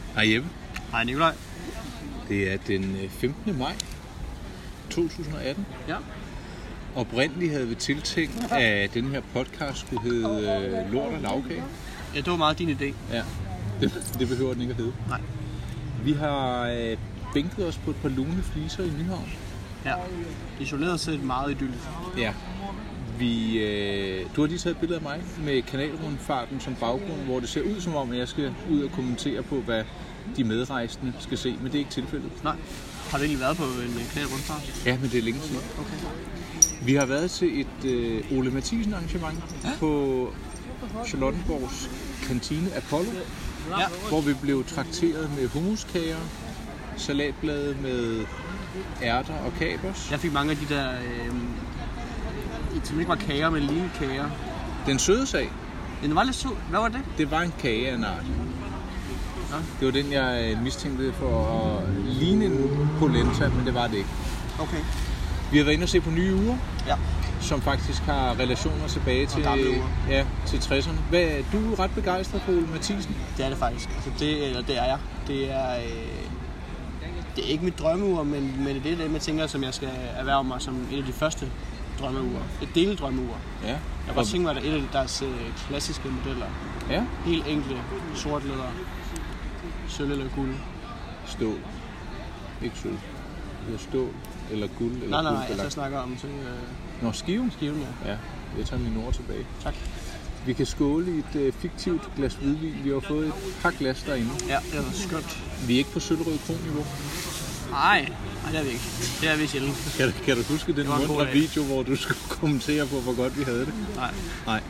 Hej Jeppe. Hej Nikolaj. Det er den 15. maj 2018. Ja. Oprindeligt havde vi tiltænkt, at den her podcast skulle hedde Lort og Lavkage. Ja, det var meget din idé. Ja, det behøver den ikke at hedde. Nej. Vi har bænket os på et par lune fliser i Nyhavn. Ja, isoleret set meget idyllisk. Ja. Du har lige taget et billede af mig med kanalrundfarten som baggrund, hvor det ser ud som om, at jeg skal ud og kommentere på, hvad de medrejsende skal se, men det er ikke tilfældet. Nej. Har du egentlig været på en kanalrundfart? Ja, men det er længe siden. Okay. Vi har været til et Ole Mathisen arrangement på Charlottenborgs kantine Apollo, hvor vi blev trakteret med hummuskager, salatblade med ærter og kapers. Jeg fik mange af de der, som ikke var kager, men lignende kager. Den søde sag, Den var lidt sød. Hvad var det? det var en kage af en art. Ja. Det var den, jeg mistænkte for at ligne en polenta, men det var det ikke. Okay. Vi har været inde og se på Nye Uger, Ja. som faktisk har relationer tilbage til, gamle uger. ja, til 60'erne. Du er ret begejstret for Ole Mathisen. Det er det faktisk. Altså det er jeg. Det er ikke mit drømmeur, men det er det, jeg tænker, som jeg skal erhverve mig som en af de første drømmeur. Et deledrømmeur. Ja. Jeg kan godt tænke mig, at det er et af deres klassiske modeller. Ja. Helt enkle, sort læder, sølv eller guld. Stål. Ikke sølv. Det er stål eller guld eller Nej, guld. jeg snakker om til Nå, skiven? skiven, ja. Ja, jeg tager mine ord tilbage. Tak. Vi kan skåle i et fiktivt glas hvidvin. Vi har fået et par glas derinde. Ja, det var skønt. Vi er ikke på sølvrød kron-niveau. Nej, det er vi ikke. Det er vi sjældent. Kan du huske den var en god mundre dag. video, hvor du skulle kommentere på, hvor godt vi havde det? Nej.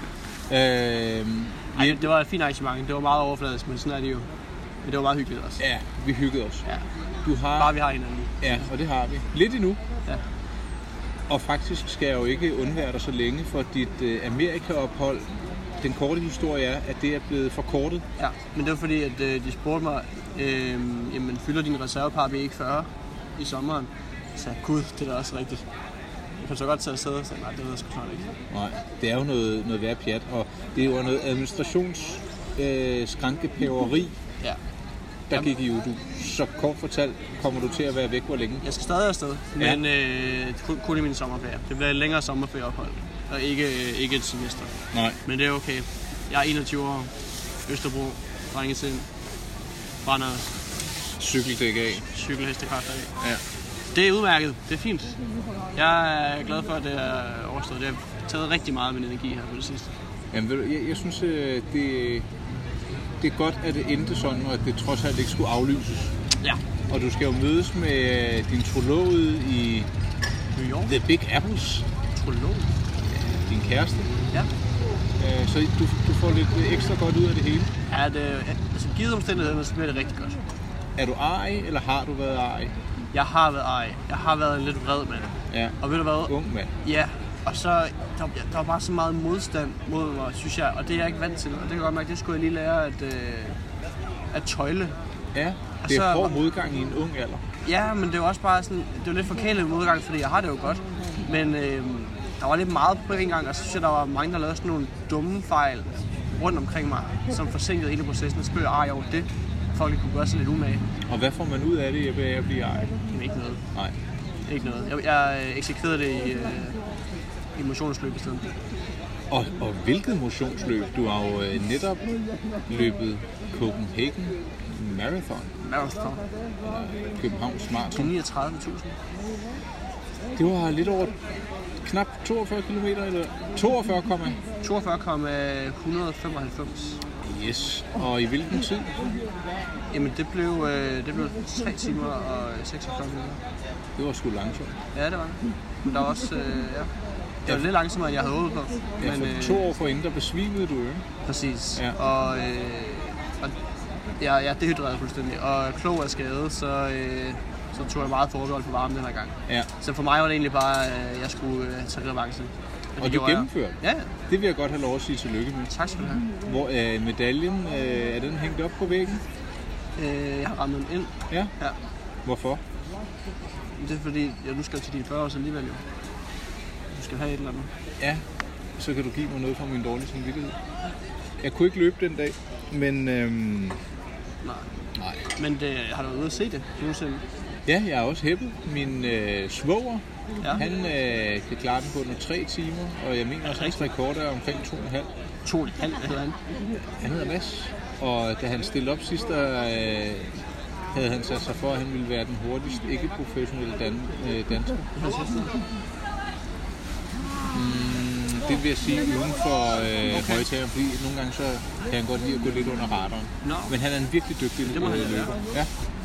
Nej. Det var et fint arrangement. Det var meget overfladisk, men sådan er det jo. Men det var meget hyggeligt også. Ja, vi hyggede os. Ja. Du har... Bare vi har hinanden. Ja, og det har vi. Lidt endnu. Ja. Og faktisk skal jeg jo ikke undvære dig så længe, for dit Amerika-ophold, den korte historie er, at det er blevet forkortet. Ja, men det var fordi, at de spurgte mig, jamen fylder din reservepar ikke 40 i sommeren? Så jeg, gud, det er da også rigtigt. Jeg kan så godt tage afsted, så nej, det ved jeg sgu snart ikke. Nej, det er jo noget værd pjat, og det er jo noget administrationsskrænkepæveri, Ja. der gik i udu. Så kort fortalt kommer du til at være væk hvor længe? Jeg skal stadig afsted, men kun i min sommerferie. Det bliver et længere sommerferieophold, og ikke et semester. Nej. Men det er okay. Jeg er 21 år, Østerbro, drengesind, brænder Cykeldæk af. cykelhestekræfter af. Ja. Det er udmærket, det er fint. Jeg er glad for, at det er overstået. Det har taget rigtig meget af min energi her på det sidste. Jamen, ved du, jeg synes, det er godt, at det endte sådan, og at det trods alt ikke skulle aflyses. Ja. Og du skal jo mødes med din trologede i New York. The Big Apples. Prolog. Din kæreste. Ja. Så du får lidt ekstra godt ud af det hele. Ja, altså givet omstændighederne, så bliver det rigtig godt. Er du arg, eller har du været arg? Jeg har været ej. Jeg har været en lidt vred mand. Ja. Og ved du hvad? Ung mand. Ja. Og så, der var bare så meget modstand mod mig, synes jeg. Og det er jeg ikke vant til. Og det kan jeg godt mærke, det skulle jeg lige lære at tøjle. Ja, Og det er så- hård modgang i en ung alder. Ja, men det er jo også bare sådan, det var lidt forkælet modgang, fordi jeg har det jo godt. Men der var lidt meget på en gang, og så synes jeg, der var mange, der lavede sådan nogle dumme fejl rundt omkring mig, som forsinkede hele processen. Og så blev jeg arg over det. Folk kunne gøre sig lidt umage. Og hvad får man ud af det, ved at blive arg? Men ikke noget. Nej. Ikke noget. Jeg eksekverede det i motionsløb i stedet. Og hvilket motionsløb? Du har jo netop løbet Copenhagen Marathon. Marathon. Københavns Marathon. 39.000. Det var lidt over knap 42 km, eller 42,195. Yes. Og i hvilken tid? Jamen det blev 3 timer og 46 minutter. Det var sgu langsomt. Ja, det var det. Men der var også, det var lidt langsommere, end jeg havde håbet på. Ja, Men, for 2 år forinden, der besvimede du jo. Præcis. Ja. Og jeg dehydrerede fuldstændig. Og klog af skade, så tog jeg meget forbehold på varmen den her gang. Ja. Så for mig var det egentlig bare, at jeg skulle tage revanche. Og du gennemførte? Ja. Det vil jeg godt have lov at sige tillykke med. Tak skal du have. Hvor medaljen, er den hængt op på væggen? Jeg har rammet den ind. Ja? Ja. Hvorfor? Det er fordi, nu skal til din 40 års alligevel jo. Du skal have et eller andet. Ja, så kan du give mig noget fra min dårlige samvittighed. Jeg kunne ikke løbe den dag, men Nej. Nej. Men har du været ude at se det nogensinde? Ja, jeg er også hæppet. Min svoger, han kan klare den på under 3 timer, og jeg mener også, at hans rekord er omkring 2,5. 2,5 hedder han? Han hedder Mads, og da han stillede op sidst, havde han sat sig for, at han ville være den hurtigst ikke-professionelle dansker. Det vil jeg sige uden for højtager, fordi nogle gange så kan han godt lide at gå lidt under radaren. Men han er en virkelig dygtig løber. Ja.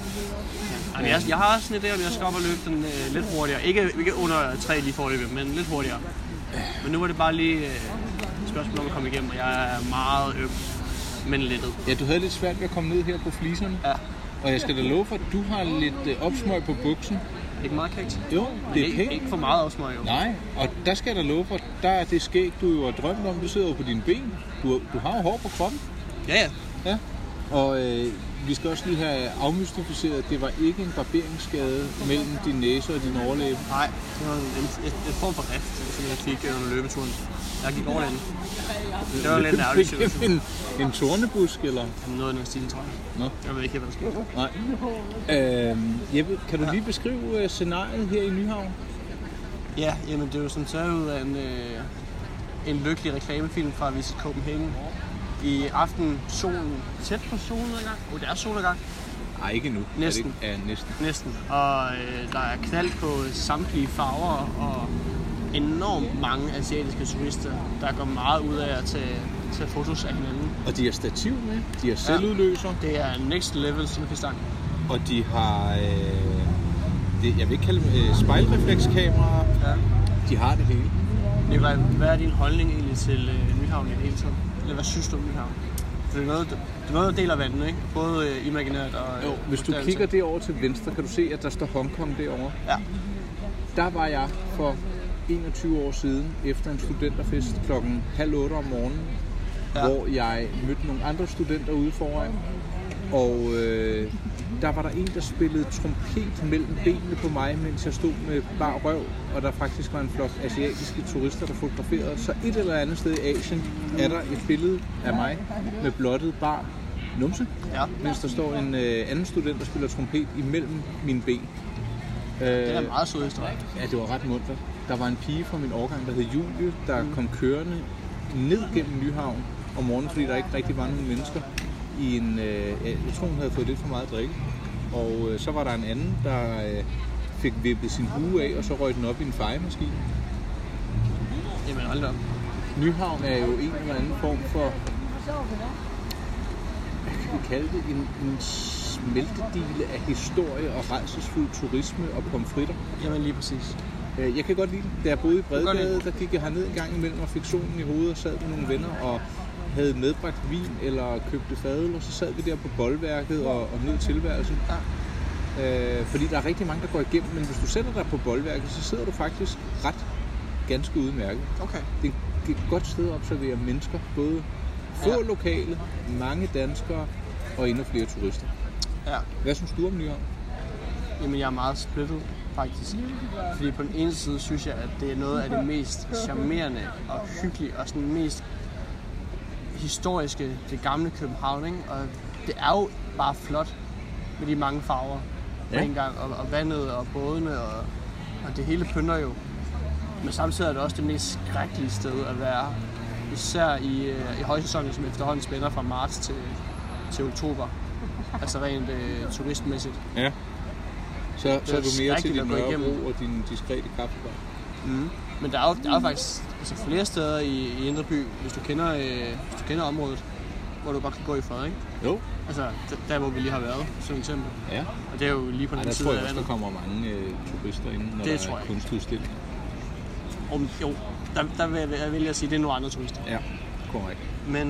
Jeg har også sådan en idé, om jeg skal op og løbe den lidt hurtigere. Ikke under 3 lige forløbet, men lidt hurtigere. Men nu var det bare lige spørgsmål om at komme igennem, og jeg er meget men lettet. Ja, du havde lidt svært ved at komme ned her på fliserne. Ja. Og jeg skal da love for, at du har lidt opsmøg på buksen. Ikke meget kægt. Jo, det er pænt. Ikke for meget opsmøg, jo. Nej, og der skal jeg da love for, der er det skæg, du jo har drømt om. Du sidder jo på dine ben. Du har jo hår på kroppen. Ja. Og vi skal også lige have afmystificeret, at det var ikke en barberingsskade mellem din næse og din overlæbe. Nej, det var en form for rift, som jeg fik under løbeturen. Jeg gik over den. Det var lidt ærgerligt situation. En tornebusk, eller? Noget af den stil, tror jeg. Nå. Jeg ved ikke, hvad der sker. Nej. Jeppe, kan du lige beskrive scenariet her i Nyhavn? Ja, jamen det er jo sådan taget ud af en lykkelig reklamefilm fra Visit Copenhagen. I aften solen tæt på solnedgang. Det er solnedgang. Nej, ikke nu. Næsten. Næsten. Og der er knald på samtlige farver og enormt mange asiatiske turister, der går meget ud af at tage fotos af hinanden. Og de har stativ med, de har selvudløser. Det er next level selfie-stang. Og de har, jeg vil ikke kalde dem spejlreflekskameraer. Ja. De har det hele. Nikolaj, hvad er din holdning egentlig til Nyhavn i det hele taget? Eller hvad synes du om Nyhavn? For det er noget, der deler vandet, ikke? Både imaginært og... Jo, hvis du kigger derover til venstre, kan du se, at der står Hongkong derovre. Ja. Der var jeg for 21 år siden, efter en studenterfest klokken 7:30 om morgenen, hvor jeg mødte nogle andre studenter ude foran. Og der var der en, der spillede trompet mellem benene på mig, mens jeg stod med bar røv, og der faktisk var en flok asiatiske turister, der fotograferede. Så et eller andet sted i Asien er der et billede af mig med blottet bar numse, mens der står en anden student, der spiller trompet imellem mine ben. Det er en meget sød historie. Ja, det var ret muntert. Der var en pige fra min årgang, der hed Julie, der kom kørende ned gennem Nyhavn om morgenen, fordi der ikke rigtig var nogen mennesker. Jeg tror, hun havde fået lidt for meget at drikke. Og så var der en anden, der fik vippet sin hue af, og så røg den op i en fejemaskine. Jamen, hold da op. Nyhavn er jo en eller anden form for, hvad kan vi kalde det, en smeltedile af historie og rædselsfuld turisme og pomfritter. Jamen, lige præcis. Jeg kan godt lide det. Da jeg boede i Bredgade, der gik jeg herned en gang imellem og fik solen i hovedet og sad med nogle venner og havde medbragt vin eller købte fadøl, og så sad vi der på boldværket og nød tilværelsen. Ja. Fordi der er rigtig mange, der går igennem, men hvis du sætter dig på boldværket, så sidder du faktisk ganske udmærket. Okay. Det er et godt sted at observere mennesker, både få lokale, mange danskere og endnu flere turister. Ja. Hvad synes du om Nyhavn? Jamen, jeg er meget splittet, faktisk. Fordi på den ene side synes jeg, at det er noget af det mest charmerende og hyggelige og sådan mest historiske, det gamle København, ikke? Og det er jo bare flot med de mange farver på en gang, og vandet og bådene, og det hele pynter jo. Men samtidig er det også det mest skrækkelige sted at være, især i højsæsonen, som efterhånden spænder fra marts til oktober. Altså rent turistmæssigt. Ja. Så er du mere til din Nørrebro og din diskrete kaffebar. Mm. Men der er jo faktisk flere steder i Indre By, hvis du kender området, hvor du godt kan gå i fred, ikke? Jo. Altså der hvor vi lige har været, som eksempel. Ja. Og det er jo lige på den side af vandet. Der tror jeg også, der kommer mange turister ind, når det der er kunstudstilling. Jo, der vil jeg sige, at det er nogle andre turister. Ja, korrekt. Men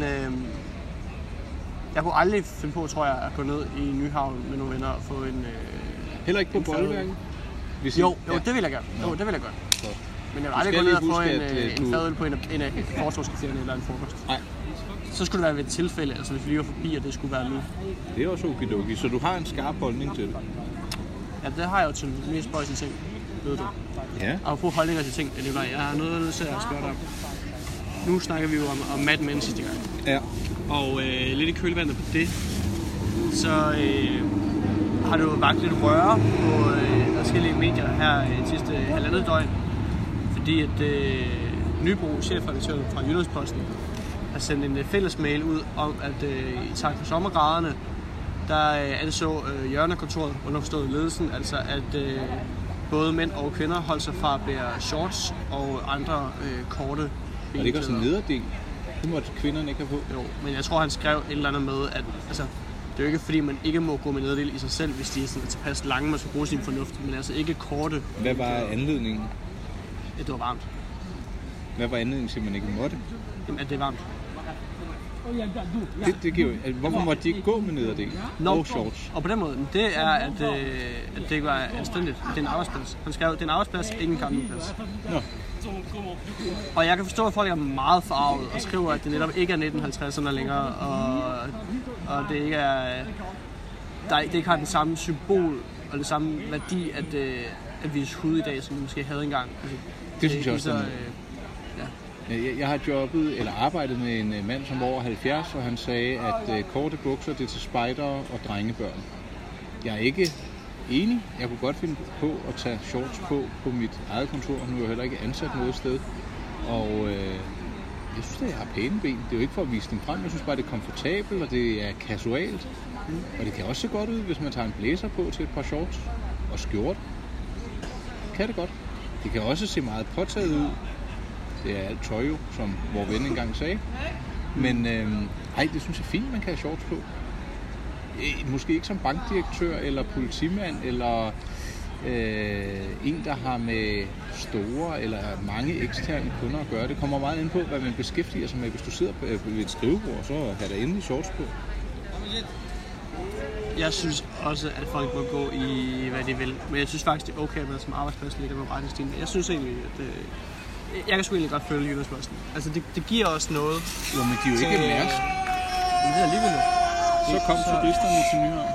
jeg kunne aldrig finde på, tror jeg, at gå ned i Nyhavn med nogle venner og få en... Heller ikke på boldværket? Jo, det vil jeg gøre. Jo, det vil jeg gøre. Så. Men jeg vil aldrig gå ned og få en fadøl på en af fortorvscaféerne eller en frokost. Nej. Så skulle det være ved et tilfælde, altså hvis vi lige var forbi, og det skulle være nu. Det er også okidoki, så du har en skarp holdning til det? Ja, det har jeg jo til de mest spøjse ting, ved du. Ja. Og få holdninger til ting, jeg har noget til at spørge dig om. Nu snakker vi jo om Mad Men sidste gang. Ja. Og lidt i kølvandet på det, så har det jo vagt lidt røre på forskellige medier her sidste halvandet døgn. Fordi at Nybro, chefredaktøren fra Jyllandsposten, har sendt en fælles mail ud om, at i takt for sommergraderne, der anså hjørnekontoret, underforstået ledelsen, altså at både mænd og kvinder holdt sig fra at bære shorts og andre korte benklæder. Og det ikke også en nederdel? Det måtte kvinderne ikke have på. Jo, men jeg tror, han skrev et eller andet med, at altså, det er jo ikke fordi, man ikke må gå med nederdel i sig selv, hvis de er sådan tilpas lange, man skal bruge sin fornuft, men altså ikke korte. Hvad var anledningen? Ja, det var varmt. Hvad var anledningen til, at man ikke måtte? Jamen, at det er varmt. Det giver jo... Hvorfor måtte de ikke gå med nederdel og shorts? Og på den måde, det er, at det ikke var anstændigt. Det er en arbejdsplads. Han skrev, det er en arbejdsplads, ikke en campingplads. Nå. Og jeg kan forstå, at folk er meget farvet og skriver, at det netop ikke er 1950'erne længere, og det ikke er... Det ikke har den samme symbol og det samme værdi at vise hud i dag, som vi måske havde engang. Altså, det synes jeg også. Jeg har jobbet eller arbejdet med en mand, som var over 70, og han sagde, at korte bukser det er til spejdere og drengebørn. Jeg er ikke enig. Jeg kunne godt finde på at tage shorts på mit eget kontor. Nu er jeg heller ikke ansat noget sted. Og jeg synes, at jeg har pæne ben. Det er jo ikke for at vise dem frem. Jeg synes bare, det er komfortabelt, og det er casualt. Og det kan også se godt ud, hvis man tager en blæser på til et par shorts og skjort. Kan det godt. Det kan også se meget påtaget ud. Det er alt tøj jo, som vores ven engang sagde. Men det synes jeg er fint, man kan have shorts på. Måske ikke som bankdirektør eller politimand eller en, der har med store eller mange eksterne kunder at gøre. Det kommer meget ind på, hvad man beskæftiger sig med. Hvis du sidder ved et skrivebord, så har der endelig shorts på. Jeg synes også, at folk må gå i, hvad de vil. Men jeg synes faktisk, det er okay, at man som arbejdsplads ligger med retningslinjer. Jeg synes egentlig, at jeg kan sgu egentlig godt følge Jyllandsposten. Altså, det giver os noget. Jo, men de er jo ikke Mærsk. Men det er alligevel noget. Så kom turisterne til Nyhavn.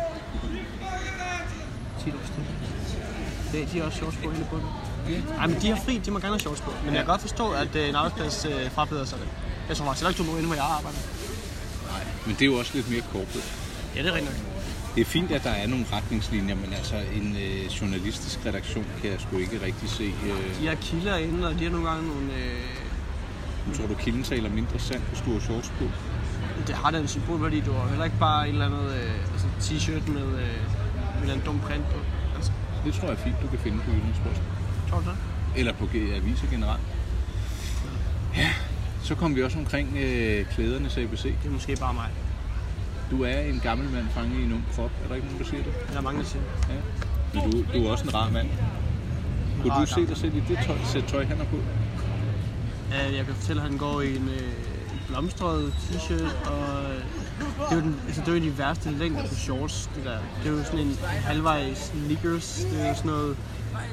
10 års tid. De har også shorts på hele bunden. Nej, men de har fri, de må gerne have shorts på. Men jeg kan godt forstå, at en arbejdsplads frabeder sig det. Jeg tror faktisk ikke, du må inde, hvor jeg arbejder. Nej, men det er jo også lidt mere korpet. Ja, det er rigtigt. Det er fint, at der er nogle retningslinjer, men altså en journalistisk redaktion kan jeg sgu ikke rigtig se. De har kilder inde, og de har nogle gange nogle... Jeg tror du, kilden taler mindre sandt, hvis du har shorts på? Det har den symbolværdi, du har heller ikke bare en eller anden t-shirt med en eller anden dum print på. Altså. Det tror jeg er fint, du kan finde på Jyllandsposten. Tror du det? Eller på aviser generelt. Ja, så kom vi også omkring klædernes ABC. Det er måske bare mig. Du er en gammel mand fanget i en ung krop. Er der ikke nogen, der siger det? Der er mange, der siger det. Ja. Men du er også en rar mand. Kunne du se dig selv i det sæt tøj, han har på? Jeg kan fortælle, at han går i en blomstret t-shirt, og det er jo de værste længder på shorts, det der. Det er jo sådan en halvvejs sneakers, det er jo sådan noget...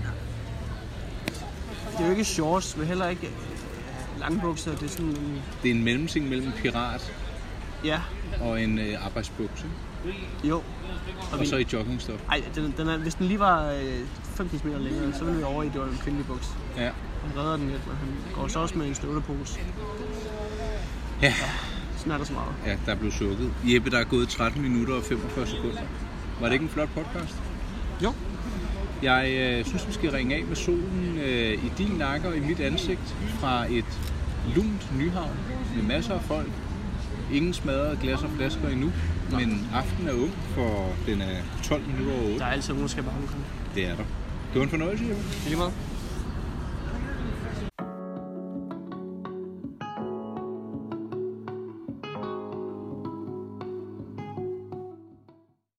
Det er jo ikke shorts, men heller ikke langbukser, det er sådan en... Det er en mellemting mellem pirat og en arbejdsbukse. Jo. Og så i joggingstof. Nej, hvis den lige var 5 cm længere, så ville vi over i, det var en kvindelig buks. Ja. Han redder den lidt, men han går så også med en støvlepose. Ja. Sådan er der så meget. Ja, der er blevet sukket. Jeppe, der er gået 13 minutter og 45 sekunder. Var det ikke en flot podcast? Jo. Jeg synes, vi skal ringe af med solen i din nakke og i mit ansigt fra et lunt Nyhavn med masser af folk. Ingen smadrede glas og flasker endnu, men aftenen er ung, for den er 12 minutter over 8. Der er altid nogen, der skal være omkring. Det er der. Det var en fornøjelse, Jeppe. Lige meget.